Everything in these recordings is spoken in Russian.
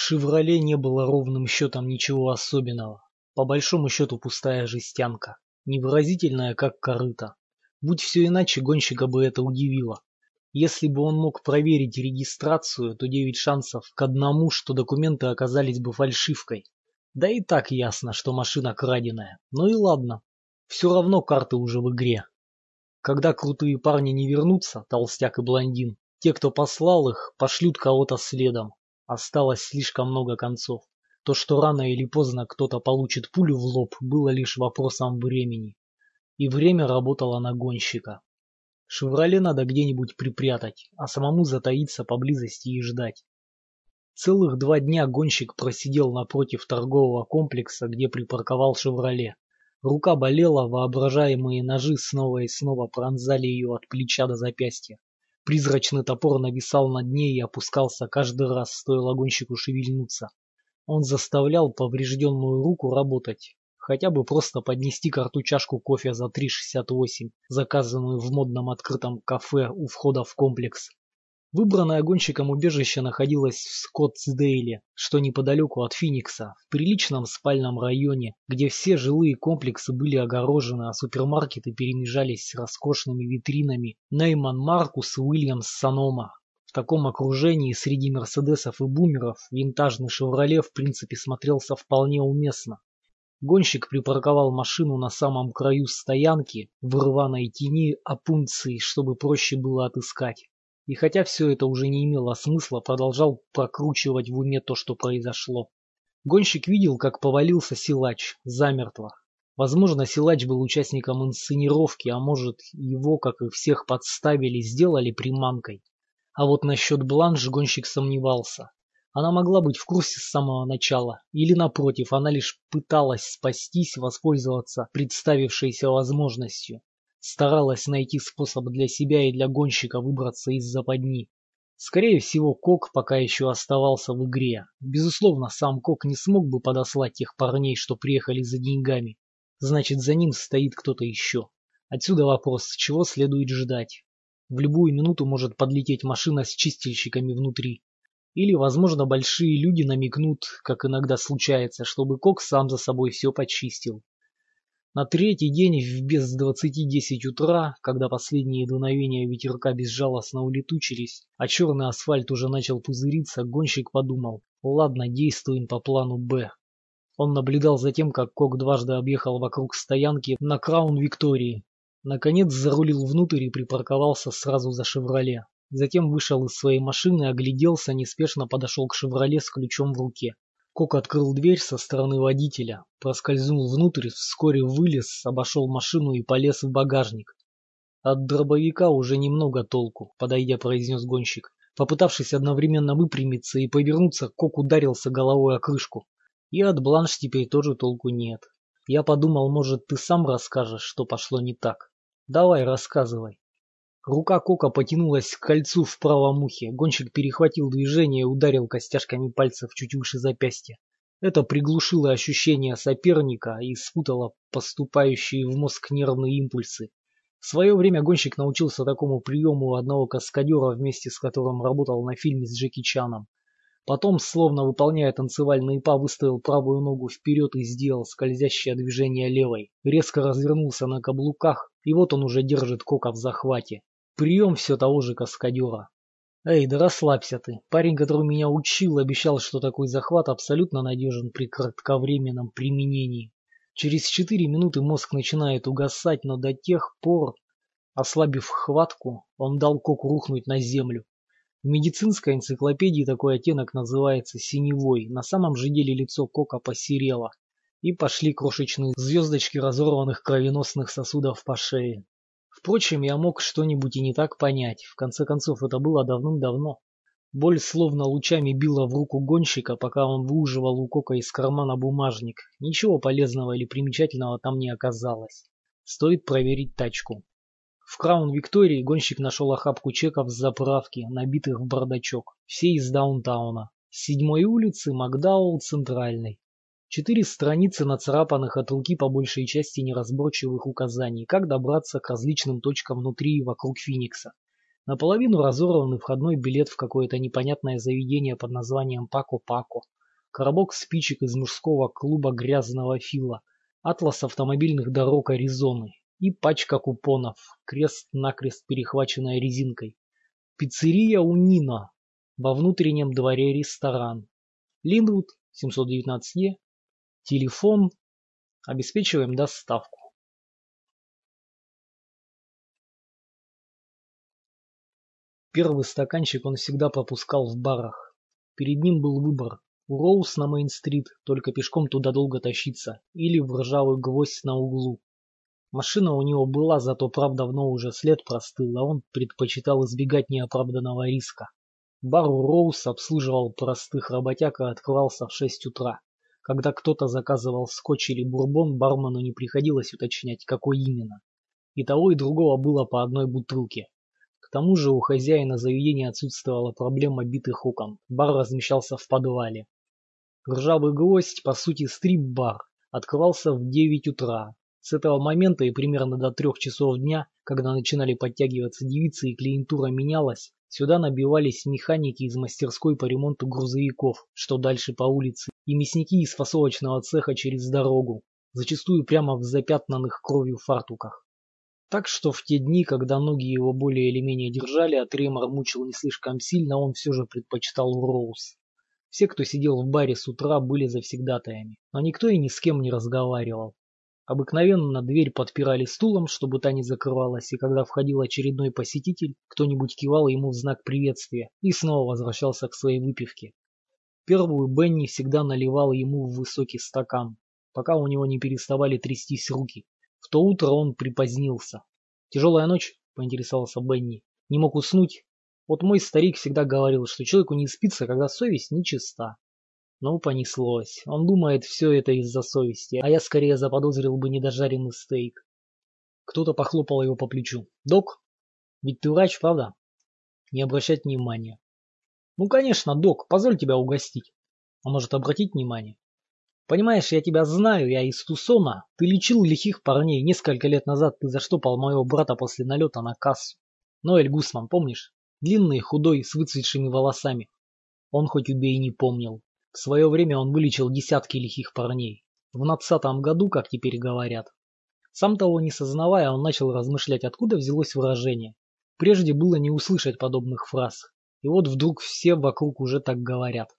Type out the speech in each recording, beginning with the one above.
«Шевроле» не было ровным счетом ничего особенного. По большому счету пустая жестянка, невыразительная, как корыто. Будь все иначе, гонщика бы это удивило. Если бы он мог проверить регистрацию, то 9 шансов к 1, что документы оказались бы фальшивкой. Да и так ясно, что машина краденая. Ну и ладно. Все равно карты уже в игре. Когда крутые парни не вернутся, толстяк и блондин, те, кто послал их, пошлют кого-то следом. Осталось слишком много концов. То, что рано или поздно кто-то получит пулю в лоб, было лишь вопросом времени. И время работало на гонщика. «Шевроле» надо где-нибудь припрятать, а самому затаиться поблизости и ждать. Целых 2 дня гонщик просидел напротив торгового комплекса, где припарковал «Шевроле». Рука болела, воображаемые ножи снова и снова пронзали ее от плеча до запястья. Призрачный топор нависал над ней и опускался каждый раз, стоило гонщику шевельнуться. Он заставлял поврежденную руку работать. Хотя бы просто поднести карту чашку кофе за 3,68, заказанную в модном открытом кафе у входа в комплекс. Выбранное гонщиком убежище находилось в Скоттсдейле, что неподалеку от Финикса, в приличном спальном районе, где все жилые комплексы были огорожены, а супермаркеты перемежались с роскошными витринами Нейман Маркус и Уильямс Санома. В таком окружении среди мерседесов и бумеров винтажный «Шевроле» в принципе смотрелся вполне уместно. Гонщик припарковал машину на самом краю стоянки, в рваной тени опунции, чтобы проще было отыскать. И хотя все это уже не имело смысла, продолжал прокручивать в уме то, что произошло. Гонщик видел, как повалился силач, замертво. Возможно, силач был участником инсценировки, а может, его, как и всех, подставили, сделали приманкой. А вот насчет Бланш гонщик сомневался. Она могла быть в курсе с самого начала, или напротив, она лишь пыталась спастись, воспользоваться представившейся возможностью. Старалась найти способ для себя и для гонщика выбраться из западни. Скорее всего, Кок пока еще оставался в игре. Безусловно, сам Кок не смог бы подослать тех парней, что приехали за деньгами. Значит, за ним стоит кто-то еще. Отсюда вопрос, чего следует ждать. В любую минуту может подлететь машина с чистильщиками внутри. Или, возможно, большие люди намекнут, как иногда случается, чтобы Кок сам за собой все почистил. На 3-й день в без 20:10 утра, когда последние дуновения ветерка безжалостно улетучились, а черный асфальт уже начал пузыриться, гонщик подумал: ладно, действуем по плану «Б». Он наблюдал за тем, как Кок дважды объехал вокруг стоянки на Краун Виктории. Наконец зарулил внутрь и припарковался сразу за «Шевроле». Затем вышел из своей машины, огляделся, неспешно подошел к «Шевроле» с ключом в руке. Кок открыл дверь со стороны водителя, проскользнул внутрь, вскоре вылез, обошел машину и полез в багажник. «От дробовика уже немного толку», — подойдя, произнес гонщик. Попытавшись одновременно выпрямиться и повернуться, Кок ударился головой о крышку. «И от Бланш теперь тоже толку нет. Я подумал, может, ты сам расскажешь, что пошло не так. Давай, рассказывай». Рука Кока потянулась к кольцу в правом ухе. Гонщик перехватил движение и ударил костяшками пальцев чуть выше запястья. Это приглушило ощущение соперника и спутало поступающие в мозг нервные импульсы. В свое время гонщик научился такому приему у одного каскадера, вместе с которым работал на фильме с Джеки Чаном. Потом, словно выполняя танцевальные па, выставил правую ногу вперед и сделал скользящее движение левой. Резко развернулся на каблуках, и вот он уже держит Кока в захвате. Прием все того же каскадера. Эй, да расслабься ты. Парень, который меня учил, обещал, что такой захват абсолютно надежен при кратковременном применении. Через 4 минуты мозг начинает угасать, но до тех пор, ослабив хватку, он дал Коку рухнуть на землю. В медицинской энциклопедии такой оттенок называется синевой. На самом же деле лицо Кока посерело, и пошли крошечные звездочки разорванных кровеносных сосудов по шее. Впрочем, я мог что-нибудь и не так понять. В конце концов, это было давным-давно. Боль словно лучами била в руку гонщика, пока он выуживал у Кока из кармана бумажник. Ничего полезного или примечательного там не оказалось. Стоит проверить тачку. В Краун Виктории гонщик нашел охапку чеков с заправки, набитых в бардачок. Все из даунтауна. С 7-й улицы, Макдауэлл, Центральной. 4 страницы нацарапанных от руки по большей части неразборчивых указаний, как добраться к различным точкам внутри и вокруг Финикса. Наполовину разорванный входной билет в какое-то непонятное заведение под названием Пако-Пако. коробок спичек из мужского клуба грязного Фила, атлас автомобильных дорог Аризоны и пачка купонов, крест-накрест перехваченная резинкой. Пиццерия у Нино, во внутреннем дворе ресторан. Линвуд, 719Е, телефон, обеспечиваем доставку. Первый стаканчик он всегда пропускал в барах. Перед ним был выбор: у Роуз на Мейн-стрит, только пешком туда долго тащиться, или в ржавый гвоздь на углу. Машина у него была, зато прав давно уже след простыл, а он предпочитал избегать неоправданного риска. Бар у Роуз обслуживал простых работяг и открывался в 6 утра. Когда кто-то заказывал скотч или бурбон, бармену не приходилось уточнять, какой именно. И того, и другого было по одной бутылке. К тому же у хозяина заведения отсутствовала проблема битых окон. Бар размещался в подвале. Ржавый гвоздь, по сути стрип-бар, открывался в 9 утра. С этого момента и примерно до 3 часов дня, когда начинали подтягиваться девицы и клиентура менялась, сюда набивались механики из мастерской по ремонту грузовиков, что дальше по улице, и мясники из фасовочного цеха через дорогу, зачастую прямо в запятнанных кровью фартуках. Так что в те дни, когда ноги его более или менее держали, а тремор мучил не слишком сильно, он все же предпочитал Роуз. Все, кто сидел в баре с утра, были завсегдатаями, но никто и ни с кем не разговаривал. Обыкновенно дверь подпирали стулом, чтобы та не закрывалась, и когда входил очередной посетитель, кто-нибудь кивал ему в знак приветствия и снова возвращался к своей выпивке. Первую Бенни всегда наливал ему в высокий стакан, пока у него не переставали трястись руки. В то утро он припозднился. «Тяжелая ночь?» — поинтересовался Бенни. «Не мог уснуть?» Вот мой старик всегда говорил, что человеку не спится, когда совесть нечиста. Ну, понеслось. Он думает, все это из-за совести, а я скорее заподозрил бы недожаренный стейк. Кто-то похлопал его по плечу. «Док? Ведь ты врач, правда?» Не обращать внимания. «Ну, конечно, док, позволь тебя угостить. А может, обратить внимание? Понимаешь, я тебя знаю, я из Тусона. Ты лечил лихих парней. Несколько лет назад ты заштопал моего брата после налета на кассу. Ноэль Гусман, помнишь? Длинный, худой, с выцветшими волосами. Он хоть убей и не помнил. В свое время он вылечил десятки лихих парней. В 20-м году, как теперь говорят. Сам того не сознавая, он начал размышлять, откуда взялось выражение. Прежде было не услышать подобных фраз. И вот вдруг все вокруг уже так говорят.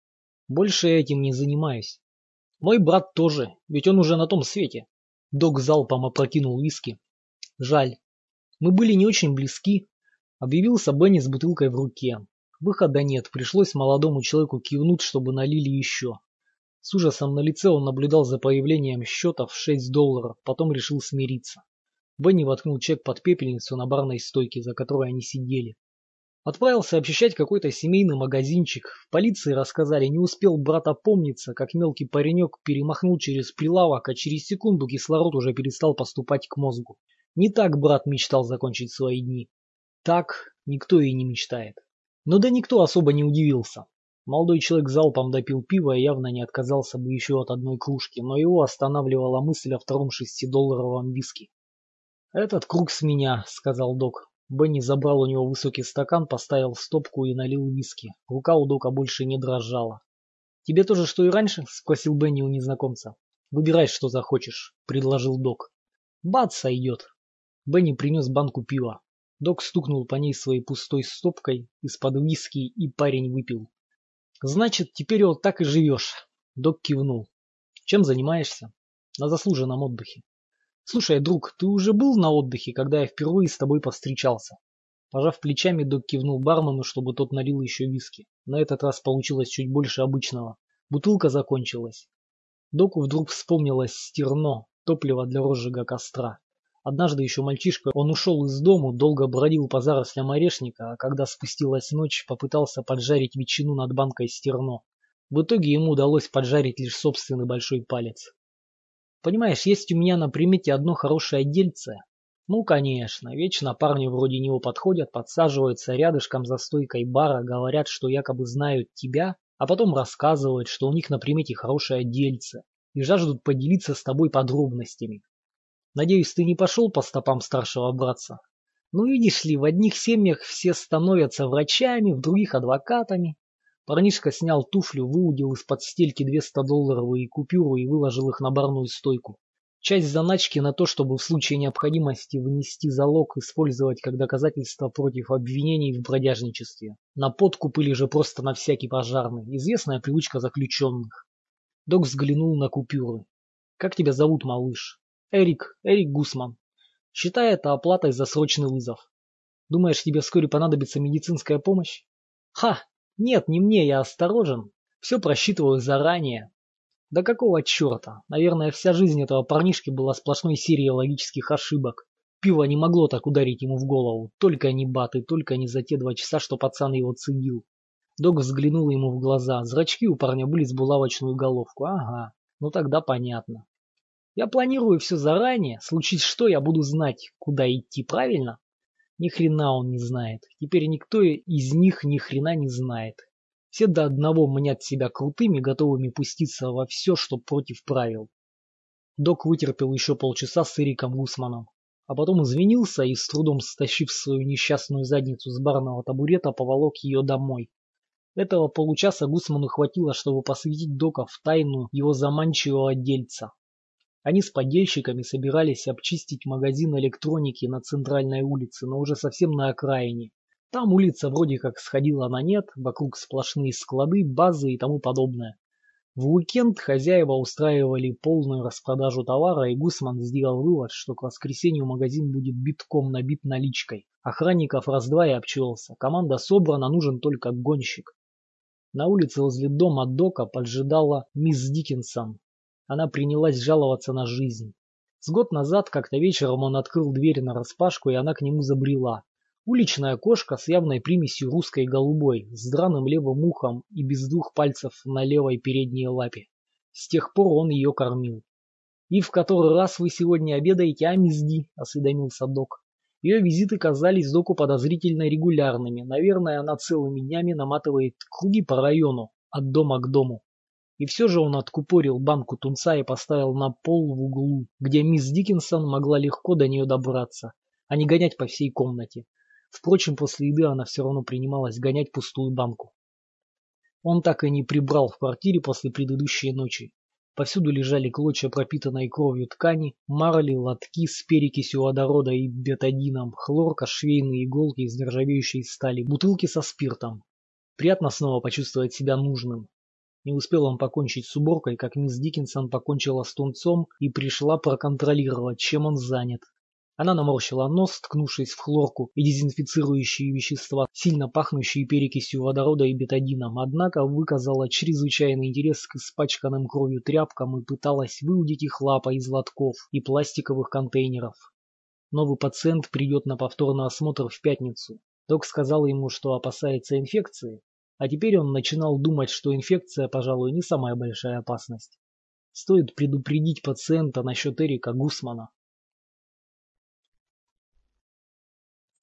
Больше я этим не занимаюсь. Мой брат тоже, ведь он уже на том свете. Док залпом опрокинул виски. Жаль. Мы были не очень близки. Объявился Бенни с бутылкой в руке. Выхода нет, пришлось молодому человеку кивнуть, чтобы налили еще. С ужасом на лице он наблюдал за появлением счета в $6, потом решил смириться. Бенни воткнул чек под пепельницу на барной стойке, за которой они сидели. Отправился обчищать какой-то семейный магазинчик. В полиции рассказали, не успел брат опомниться, как мелкий паренек перемахнул через прилавок, а через секунду кислород уже перестал поступать к мозгу. Не так брат мечтал закончить свои дни. Так никто и не мечтает. Но да никто особо не удивился. Молодой человек залпом допил пива и явно не отказался бы еще от одной кружки, но его останавливала мысль о втором $6 виски. «Этот круг с меня», — сказал док. Бенни забрал у него высокий стакан, поставил в стопку и налил виски. Рука у дока больше не дрожала. «Тебе тоже, что и раньше?» — спросил Бенни у незнакомца. «Выбирай, что захочешь», — предложил док. «Бац, сойдет». Бенни принес банку пива. Док стукнул по ней своей пустой стопкой из-под виски, и парень выпил. «Значит, теперь вот так и живешь», — док кивнул. «Чем занимаешься?» «На заслуженном отдыхе». «Слушай, друг, ты уже был на отдыхе, когда я впервые с тобой повстречался?» Пожав плечами, док кивнул бармену, чтобы тот налил еще виски. На этот раз получилось чуть больше обычного. Бутылка закончилась. Доку вдруг вспомнилось стерно, топливо для розжига костра. Однажды еще мальчишка, он ушел из дому, долго бродил по зарослям орешника, а когда спустилась ночь, попытался поджарить ветчину над банкой стерно. В итоге ему удалось поджарить лишь собственный большой палец. Понимаешь, есть у меня на примете одно хорошее дельце. Ну, конечно, вечно парни вроде него подходят, подсаживаются рядышком за стойкой бара, говорят, что якобы знают тебя, а потом рассказывают, что у них на примете хорошее дельце, и жаждут поделиться с тобой подробностями. Надеюсь, ты не пошел по стопам старшего братца? Ну, видишь ли, в одних семьях все становятся врачами, в других адвокатами. Парнишка снял туфлю, выудил из-под стельки 200-долларовые купюры и выложил их на барную стойку. Часть заначки на то, чтобы в случае необходимости внести залог, использовать как доказательство против обвинений в бродяжничестве. На подкуп или же просто на всякий пожарный. Известная привычка заключенных. Док взглянул на купюры. «Как тебя зовут, малыш?» Эрик Гусман. Считай это оплатой за срочный вызов. Думаешь, тебе вскоре понадобится медицинская помощь? Ха! Нет, не мне, я осторожен. Все просчитываю заранее. Да какого черта? Наверное, вся жизнь этого парнишки была сплошной серией логических ошибок. Пиво не могло так ударить ему в голову. Только не баты, только не за те 2 часа, что пацан его цедил. Док взглянул ему в глаза. Зрачки у парня были с булавочную головку. Ага, ну тогда понятно. Я планирую все заранее. Случись что, я буду знать, куда идти, правильно? Ни хрена он не знает. Теперь никто из них ни хрена не знает. Все до одного мнят себя крутыми, готовыми пуститься во все, что против правил. Док вытерпел еще полчаса с Эриком Гусманом, а потом извинился и, с трудом стащив свою несчастную задницу с барного табурета, поволок ее домой. Этого получаса Гусману хватило, чтобы посвятить Дока в тайну его заманчивого дельца. Они с подельщиками собирались обчистить магазин электроники на центральной улице, но уже совсем на окраине. Там улица вроде как сходила на нет, вокруг сплошные склады, базы и тому подобное. В уикенд хозяева устраивали полную распродажу товара, и Гусман сделал вывод, что к воскресенью магазин будет битком набит наличкой. Охранников раз-два и обчелся. Команда собрана, нужен только гонщик. На улице возле дома Дока поджидала мисс Диккенсон. Она принялась жаловаться на жизнь. С год назад как-то вечером он открыл дверь нараспашку, и она к нему забрела. Уличная кошка с явной примесью русской голубой, с драным левым ухом и без 2 пальцев на левой передней лапе. С тех пор он ее кормил. «И в который раз вы сегодня обедаете, а, мисс Ди?» – осведомился Док. Ее визиты казались Доку подозрительно регулярными. Наверное, она целыми днями наматывает круги по району, от дома к дому. И все же он откупорил банку тунца и поставил на пол в углу, где мисс Диккенсон могла легко до нее добраться, а не гонять по всей комнате. Впрочем, после еды она все равно принималась гонять пустую банку. Он так и не прибрал в квартире после предыдущей ночи. Повсюду лежали клочья пропитанной кровью ткани, марли, лотки с перекисью водорода и бетадином, хлорка, швейные иголки из нержавеющей стали, бутылки со спиртом. Приятно снова почувствовать себя нужным. Не успел он покончить с уборкой, как мисс Диккенсон покончила с тунцом и пришла проконтролировать, чем он занят. Она наморщила нос, ткнувшись в хлорку и дезинфицирующие вещества, сильно пахнущие перекисью водорода и бетадином, однако выказала чрезвычайный интерес к испачканным кровью тряпкам и пыталась выудить их лапой из лотков и пластиковых контейнеров. Новый пациент придет на повторный осмотр в пятницу. Док сказал ему, что опасается инфекции, а теперь он начинал думать, что инфекция, пожалуй, не самая большая опасность. Стоит предупредить пациента насчет Эрика Гусмана.